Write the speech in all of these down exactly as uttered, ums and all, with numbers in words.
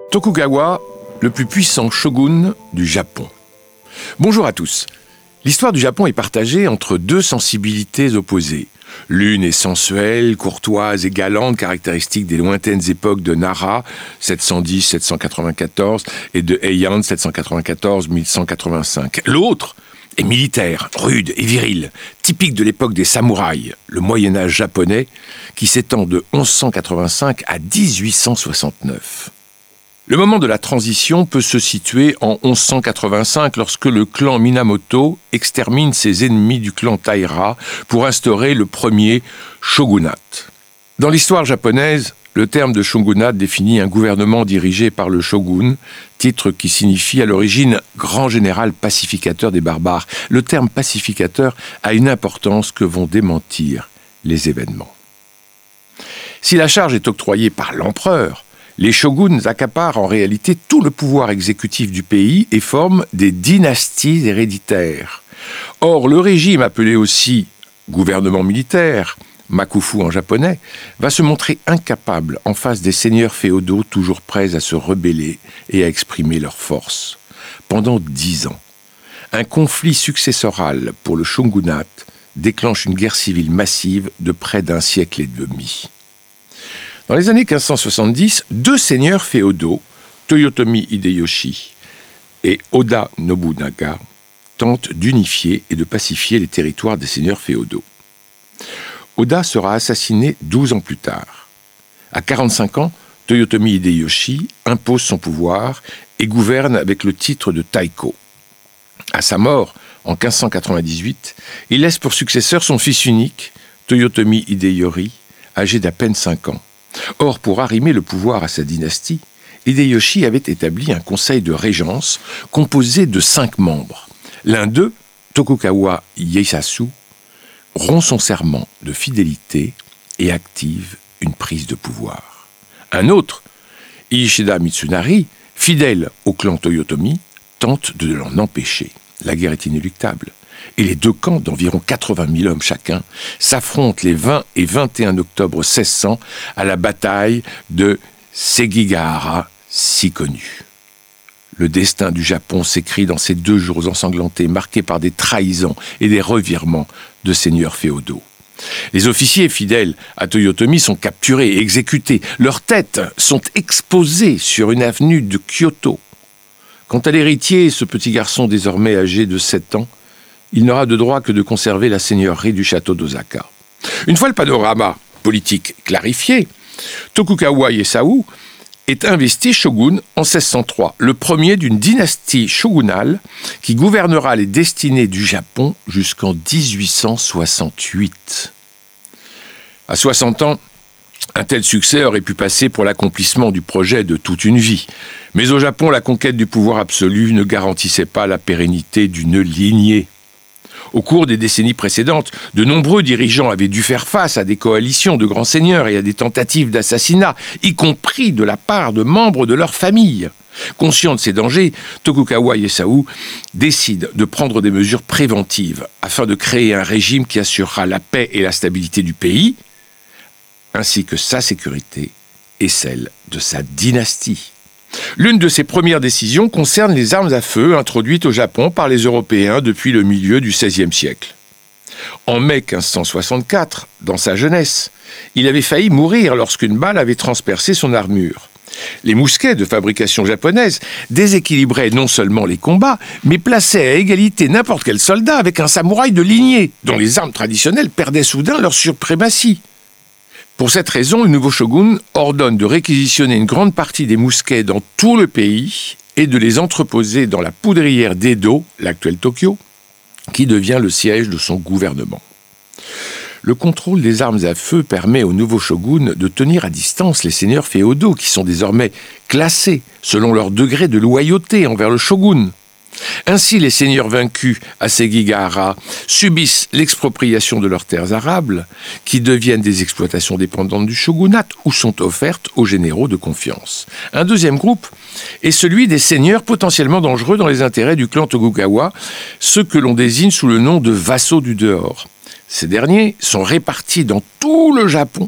Tokugawa, le plus puissant shogun du Japon. Bonjour à tous. L'histoire du Japon est partagée entre deux sensibilités opposées. L'une est sensuelle, courtoise et galante, caractéristique des lointaines époques de Nara, sept cent dix à sept cent quatre-vingt-quatorze, et de Heian, sept cent quatre-vingt-quatorze à mille cent quatre-vingt-cinq. L'autre est militaire, rude et viril, typique de l'époque des samouraïs, le Moyen-Âge japonais, qui s'étend de onze cent quatre-vingt-cinq à dix-huit cent soixante-neuf. Le moment de la transition peut se situer en onze cent quatre-vingt-cinq lorsque le clan Minamoto extermine ses ennemis du clan Taira pour instaurer le premier shogunat. Dans l'histoire japonaise, le terme de shogunat définit un gouvernement dirigé par le shogun, titre qui signifie à l'origine grand général pacificateur des barbares. Le terme pacificateur a une importance que vont démentir les événements. Si la charge est octroyée par l'empereur, les shoguns accaparent en réalité tout le pouvoir exécutif du pays et forment des dynasties héréditaires. Or, le régime appelé aussi gouvernement militaire, makufu en japonais, va se montrer incapable en face des seigneurs féodaux toujours prêts à se rebeller et à exprimer leur force. Pendant dix ans, un conflit successoral pour le shogunat déclenche une guerre civile massive de près d'un siècle et demi. Dans les années quinze cent soixante-dix, deux seigneurs féodaux, Toyotomi Hideyoshi et Oda Nobunaga, tentent d'unifier et de pacifier les territoires des seigneurs féodaux. Oda sera assassiné douze ans plus tard. À quarante-cinq ans, Toyotomi Hideyoshi impose son pouvoir et gouverne avec le titre de Taiko. À sa mort, en quinze cent quatre-vingt-dix-huit, il laisse pour successeur son fils unique, Toyotomi Hideyori, âgé d'à peine cinq ans. Or, pour arrimer le pouvoir à sa dynastie, Hideyoshi avait établi un conseil de régence composé de cinq membres. L'un d'eux, Tokugawa Ieyasu, rompt son serment de fidélité et active une prise de pouvoir. Un autre, Ishida Mitsunari, fidèle au clan Toyotomi, tente de l'en empêcher. La guerre est inéluctable. Et les deux camps, d'environ quatre-vingt mille hommes chacun, s'affrontent les vingt et vingt et un octobre seize cents à la bataille de Sekigahara, si connue. Le destin du Japon s'écrit dans ces deux jours ensanglantés, marqués par des trahisons et des revirements de seigneurs féodaux. Les officiers fidèles à Toyotomi sont capturés et exécutés. Leurs têtes sont exposées sur une avenue de Kyoto. Quant à l'héritier, ce petit garçon désormais âgé de sept ans, il n'aura de droit que de conserver la seigneurie du château d'Osaka. Une fois le panorama politique clarifié, Tokugawa Ieyasu est investi shogun en seize cent trois, le premier d'une dynastie shogunale qui gouvernera les destinées du Japon jusqu'en dix-huit cent soixante-huit. À soixante ans, un tel succès aurait pu passer pour l'accomplissement du projet de toute une vie. Mais au Japon, la conquête du pouvoir absolu ne garantissait pas la pérennité d'une lignée. Au cours des décennies précédentes, de nombreux dirigeants avaient dû faire face à des coalitions de grands seigneurs et à des tentatives d'assassinat, y compris de la part de membres de leur famille. Conscient de ces dangers, Tokugawa Ieyasu décide de prendre des mesures préventives afin de créer un régime qui assurera la paix et la stabilité du pays, ainsi que sa sécurité et celle de sa dynastie. L'une de ses premières décisions concerne les armes à feu introduites au Japon par les Européens depuis le milieu du seizième siècle. En mai quinze cent soixante-quatre, dans sa jeunesse, il avait failli mourir lorsqu'une balle avait transpercé son armure. Les mousquets de fabrication japonaise déséquilibraient non seulement les combats, mais plaçaient à égalité n'importe quel soldat avec un samouraï de lignée, dont les armes traditionnelles perdaient soudain leur suprématie. Pour cette raison, le nouveau shogun ordonne de réquisitionner une grande partie des mousquets dans tout le pays et de les entreposer dans la poudrière d'Edo, l'actuel Tokyo, qui devient le siège de son gouvernement. Le contrôle des armes à feu permet au nouveau shogun de tenir à distance les seigneurs féodaux qui sont désormais classés selon leur degré de loyauté envers le shogun. Ainsi, les seigneurs vaincus à Sekigahara subissent l'expropriation de leurs terres arables, qui deviennent des exploitations dépendantes du shogunat ou sont offertes aux généraux de confiance. Un deuxième groupe est celui des seigneurs potentiellement dangereux dans les intérêts du clan Tokugawa, ceux que l'on désigne sous le nom de vassaux du dehors. Ces derniers sont répartis dans tout le Japon,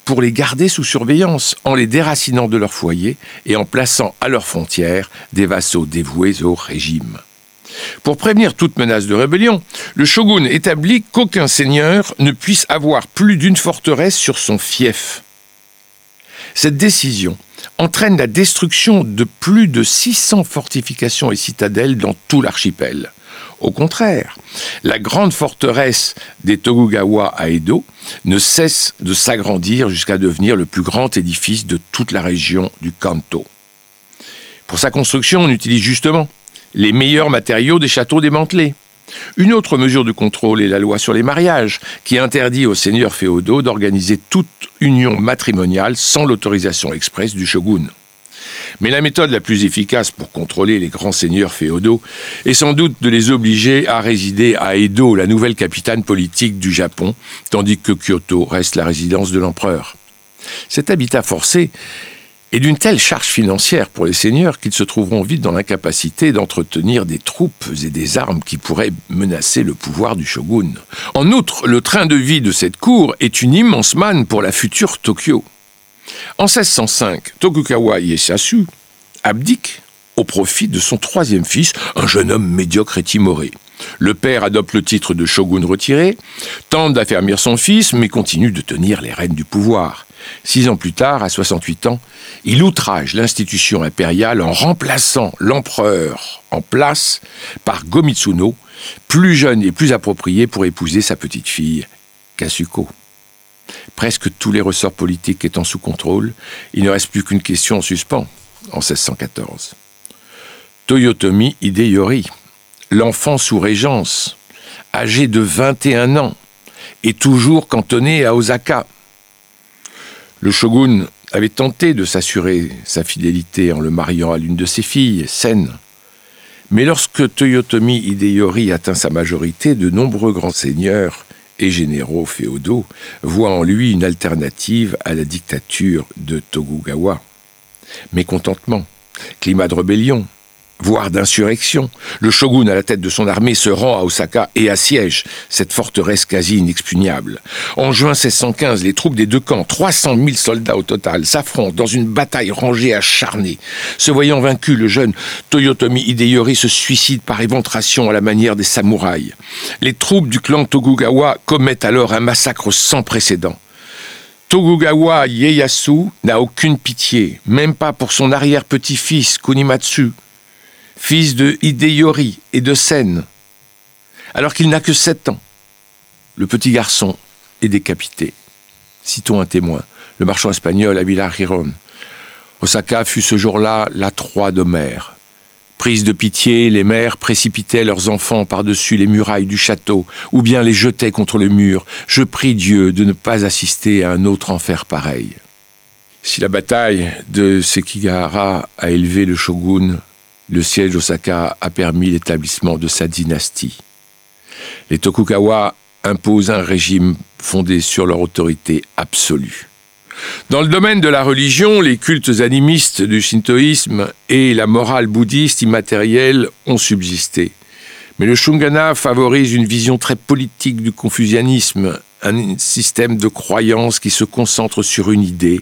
pour les garder sous surveillance, en les déracinant de leur foyer et en plaçant à leurs frontières des vassaux dévoués au régime. Pour prévenir toute menace de rébellion, le shogun établit qu'aucun seigneur ne puisse avoir plus d'une forteresse sur son fief. Cette décision entraîne la destruction de plus de six cents fortifications et citadelles dans tout l'archipel. Au contraire, la grande forteresse des Tokugawa à Edo ne cesse de s'agrandir jusqu'à devenir le plus grand édifice de toute la région du Kanto. Pour sa construction, on utilise justement les meilleurs matériaux des châteaux démantelés. Une autre mesure de contrôle est la loi sur les mariages, qui interdit aux seigneurs féodaux d'organiser toute union matrimoniale sans l'autorisation expresse du shogun. Mais la méthode la plus efficace pour contrôler les grands seigneurs féodaux est sans doute de les obliger à résider à Edo, la nouvelle capitale politique du Japon, tandis que Kyoto reste la résidence de l'empereur. Cet habitat forcé est d'une telle charge financière pour les seigneurs qu'ils se trouveront vite dans l'incapacité d'entretenir des troupes et des armes qui pourraient menacer le pouvoir du shogun. En outre, le train de vie de cette cour est une immense manne pour la future Tokyo. En seize cent cinq, Tokugawa Ieyasu abdique au profit de son troisième fils, un jeune homme médiocre et timoré. Le père adopte le titre de shogun retiré, tente d'affermir son fils, mais continue de tenir les rênes du pouvoir. Six ans plus tard, à soixante-huit ans, il outrage l'institution impériale en remplaçant l'empereur en place par Go-Mitsuno, plus jeune et plus approprié pour épouser sa petite-fille, Kasuko. Presque tous les ressorts politiques étant sous contrôle, il ne reste plus qu'une question en suspens, en seize cent quatorze. Toyotomi Hideyori, l'enfant sous régence, âgé de vingt et un ans, est toujours cantonné à Osaka. Le shogun avait tenté de s'assurer sa fidélité en le mariant à l'une de ses filles, Sen. Mais lorsque Toyotomi Hideyori atteint sa majorité, de nombreux grands seigneurs et généraux féodaux voient en lui une alternative à la dictature de Tokugawa. Mécontentement, climat de rébellion, voire d'insurrection, le shogun à la tête de son armée se rend à Osaka et assiège cette forteresse quasi inexpugnable. En juin seize cent quinze, les troupes des deux camps, trois cent mille soldats au total, s'affrontent dans une bataille rangée acharnée. Se voyant vaincu, le jeune Toyotomi Hideyori se suicide par éventration à la manière des samouraïs. Les troupes du clan Tokugawa commettent alors un massacre sans précédent. Tokugawa Ieyasu n'a aucune pitié, même pas pour son arrière-petit-fils Kunimatsu, fils de Hideyori et de Sen. Alors qu'il n'a que sept ans, le petit garçon est décapité. Citons un témoin, le marchand espagnol Ávila Girón. Osaka fut ce jour-là la Troie d'Homère. Prises de pitié, les mères précipitaient leurs enfants par-dessus les murailles du château, ou bien les jetaient contre le mur. Je prie Dieu de ne pas assister à un autre enfer pareil. Si la bataille de Sekigahara a élevé le shogun, le siège d'Osaka a permis l'établissement de sa dynastie. Les Tokugawa imposent un régime fondé sur leur autorité absolue. Dans le domaine de la religion, les cultes animistes du shintoïsme et la morale bouddhiste immatérielle ont subsisté. Mais le shogunat favorise une vision très politique du confucianisme, un système de croyance qui se concentre sur une idée,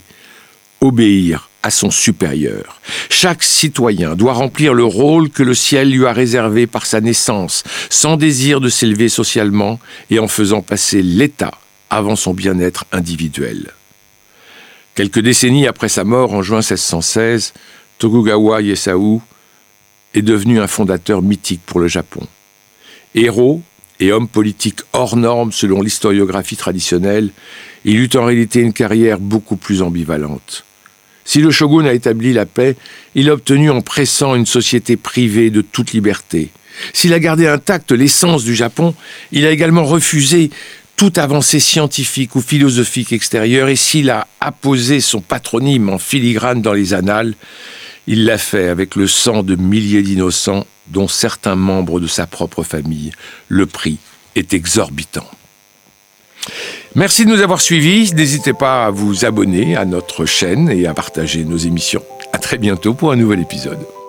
obéir à son supérieur. Chaque citoyen doit remplir le rôle que le ciel lui a réservé par sa naissance, sans désir de s'élever socialement et en faisant passer l'État avant son bien-être individuel. Quelques décennies après sa mort, en juin seize cent seize, Tokugawa Ieyasu est devenu un fondateur mythique pour le Japon. Héros et homme politique hors norme selon l'historiographie traditionnelle, il eut en réalité une carrière beaucoup plus ambivalente. Si le shogun a établi la paix, il a obtenu en pressant une société privée de toute liberté. S'il a gardé intacte l'essence du Japon, il a également refusé toute avancée scientifique ou philosophique extérieure, et s'il a apposé son patronyme en filigrane dans les annales, il l'a fait avec le sang de milliers d'innocents, dont certains membres de sa propre famille. Le prix est exorbitant. Merci de nous avoir suivis. N'hésitez pas à vous abonner à notre chaîne et à partager nos émissions. À très bientôt pour un nouvel épisode.